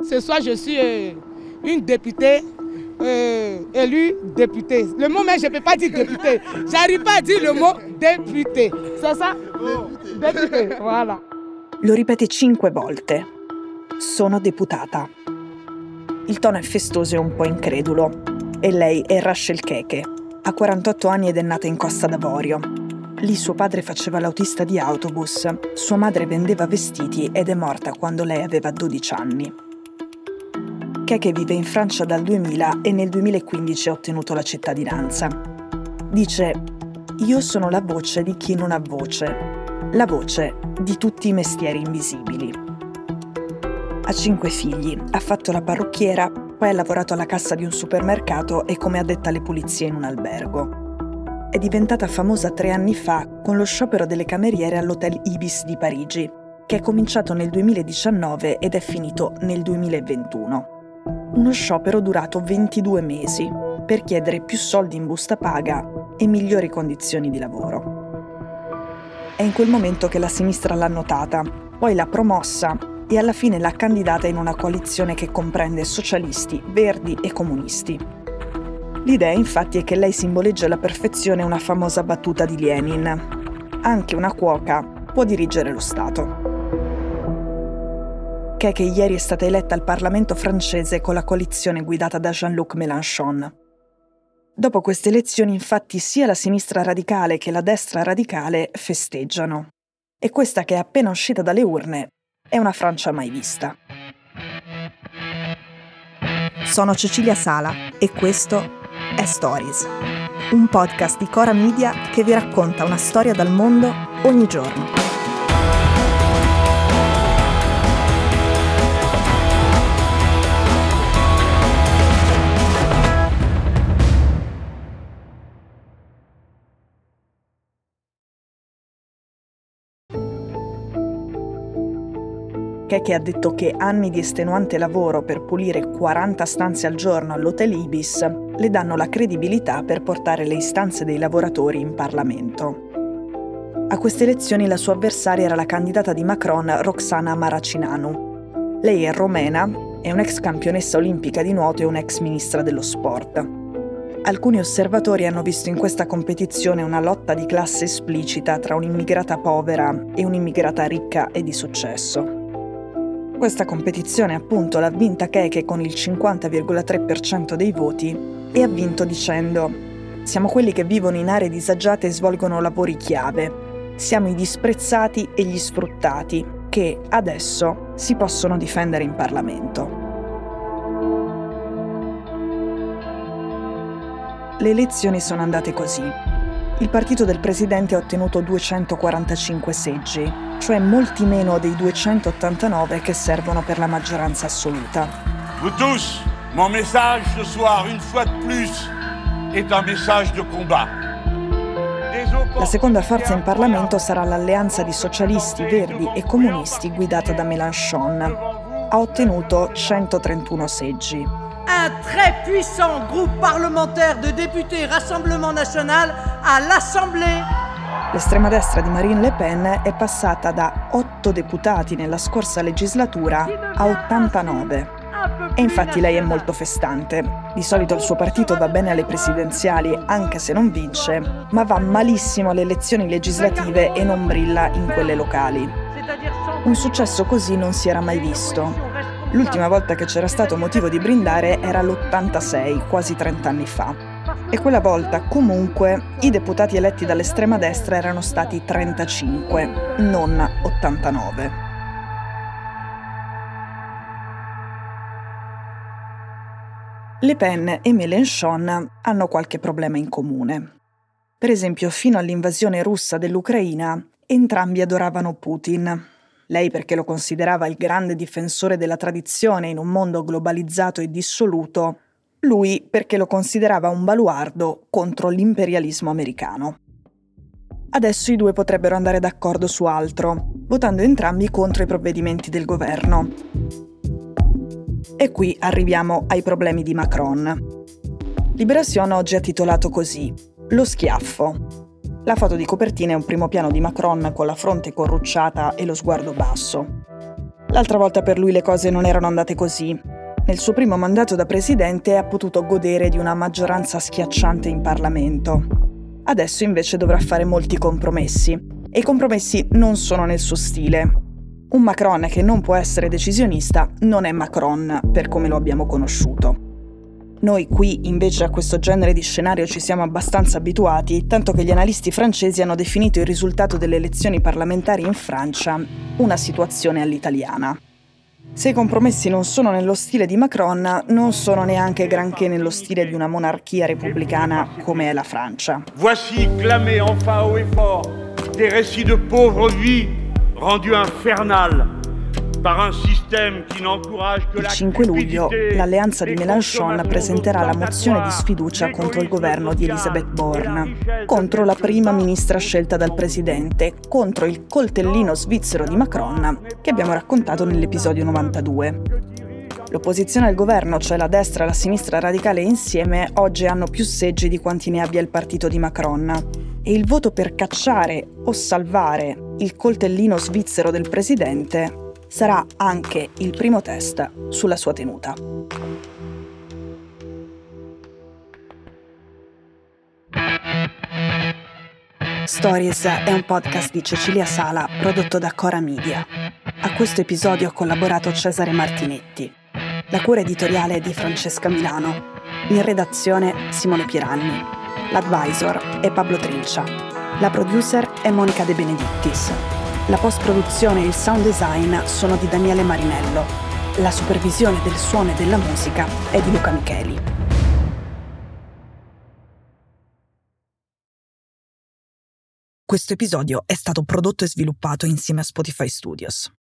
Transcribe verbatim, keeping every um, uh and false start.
ce soir je suis euh, une députée, euh, élue députée. Le mot même je ne peux pas dire députée, j'arrive pas à dire le mot députée, c'est ça? Députée, voilà. Lo ripete cinque volte. Sono deputata. Il tono è festoso e un po' incredulo. E lei è Rachel Keke. Ha quarantotto anni ed è nata in Costa d'Avorio. Lì suo padre faceva l'autista di autobus, sua madre vendeva vestiti ed è morta quando lei aveva dodici anni. Keke vive in Francia dal duemila e nel duemilaquindici ha ottenuto la cittadinanza. Dice: «Io sono la voce di chi non ha voce, la voce di tutti i mestieri invisibili». Ha cinque figli, ha fatto la parrucchiera, poi ha lavorato alla cassa di un supermercato e come addetta alle pulizie in un albergo. È diventata famosa tre anni fa con lo sciopero delle cameriere all'Hotel Ibis di Parigi, che è cominciato nel duemiladiciannove ed è finito nel duemilaventuno. Uno sciopero durato ventidue mesi per chiedere più soldi in busta paga e migliori condizioni di lavoro. È in quel momento che la sinistra l'ha notata, poi l'ha promossa e alla fine l'ha candidata in una coalizione che comprende socialisti, verdi e comunisti. L'idea infatti è che lei simboleggia alla perfezione una famosa battuta di Lenin: anche una cuoca può dirigere lo Stato. Keke ieri è stata eletta al Parlamento francese con la coalizione guidata da Jean-Luc Mélenchon. Dopo queste elezioni infatti sia la sinistra radicale che la destra radicale festeggiano. E questa che è appena uscita dalle urne è una Francia mai vista. Sono Cecilia Sala e questo è Stories, un podcast di Cora Media che vi racconta una storia dal mondo ogni giorno. Keke ha detto che anni di estenuante lavoro per pulire quaranta stanze al giorno all'Hotel Ibis le danno la credibilità per portare le istanze dei lavoratori in Parlamento. A queste elezioni la sua avversaria era la candidata di Macron, Roxana Maracineanu. Lei è romena, è un'ex campionessa olimpica di nuoto e un'ex ministra dello sport. Alcuni osservatori hanno visto in questa competizione una lotta di classe esplicita tra un'immigrata povera e un'immigrata ricca e di successo. Questa competizione appunto l'ha vinta Keke con il cinquanta virgola tre per cento dei voti e ha vinto dicendo: «Siamo quelli che vivono in aree disagiate e svolgono lavori chiave. Siamo i disprezzati e gli sfruttati che adesso si possono difendere in Parlamento». Le elezioni sono andate così. Il partito del presidente ha ottenuto duecentoquarantacinque seggi, cioè molti meno dei duecentottantanove che servono per la maggioranza assoluta. Vous tous, mon message ce soir, une fois de plus, est un message de combat. La seconda forza in Parlamento sarà l'alleanza di socialisti, verdi e comunisti guidata da Mélenchon. Ha ottenuto centotrentuno seggi. Un très puissant groupe parlementaire de députés Rassemblement National all'Assemblée. L'estrema destra di Marine Le Pen è passata da otto deputati nella scorsa legislatura a ottantanove. E infatti lei è molto festante. Di solito il suo partito va bene alle presidenziali, anche se non vince, ma va malissimo alle elezioni legislative e non brilla in quelle locali. Un successo così non si era mai visto. L'ultima volta che c'era stato motivo di brindare era l'ottantasei, quasi trent'anni fa. E quella volta, comunque, i deputati eletti dall'estrema destra erano stati trentacinque, non ottantanove. Le Pen e Mélenchon hanno qualche problema in comune. Per esempio, fino all'invasione russa dell'Ucraina, entrambi adoravano Putin. Lei perché lo considerava il grande difensore della tradizione in un mondo globalizzato e dissoluto, lui perché lo considerava un baluardo contro l'imperialismo americano. Adesso i due potrebbero andare d'accordo su altro, votando entrambi contro i provvedimenti del governo. E qui arriviamo ai problemi di Macron. Libération oggi ha titolato così: «Lo schiaffo». La foto di copertina è un primo piano di Macron con la fronte corrucciata e lo sguardo basso. L'altra volta per lui le cose non erano andate così. Nel suo primo mandato da presidente ha potuto godere di una maggioranza schiacciante in Parlamento. Adesso invece dovrà fare molti compromessi, e i compromessi non sono nel suo stile. Un Macron che non può essere decisionista non è Macron per come lo abbiamo conosciuto. Noi qui invece a questo genere di scenario ci siamo abbastanza abituati, tanto che gli analisti francesi hanno definito il risultato delle elezioni parlamentari in Francia una situazione all'italiana. Se i compromessi non sono nello stile di Macron, non sono neanche granché nello stile di una monarchia repubblicana come è la Francia. Voici clamé enfin haut et fort des récits de pauvre vie rendus infernal. Il cinque luglio l'alleanza di Mélenchon presenterà la mozione di sfiducia contro il governo di Elisabeth Borne, contro la prima ministra scelta dal presidente, contro il coltellino svizzero di Macron che abbiamo raccontato nell'episodio novantadue. L'opposizione al governo, cioè la destra e la sinistra radicale insieme, oggi hanno più seggi di quanti ne abbia il partito di Macron. E il voto per cacciare o salvare il coltellino svizzero del presidente sarà anche il primo test sulla sua tenuta. Stories è un podcast di Cecilia Sala prodotto da Cora Media. A questo episodio ha collaborato Cesare Martinetti. La cura editoriale è di Francesca Milano. In redazione Simone Piranni. L'advisor è Pablo Trincia. La producer è Monica De Benedictis. La post-produzione e il sound design sono di Daniele Marinello. La supervisione del suono e della musica è di Luca Micheli. Questo episodio è stato prodotto e sviluppato insieme a Spotify Studios.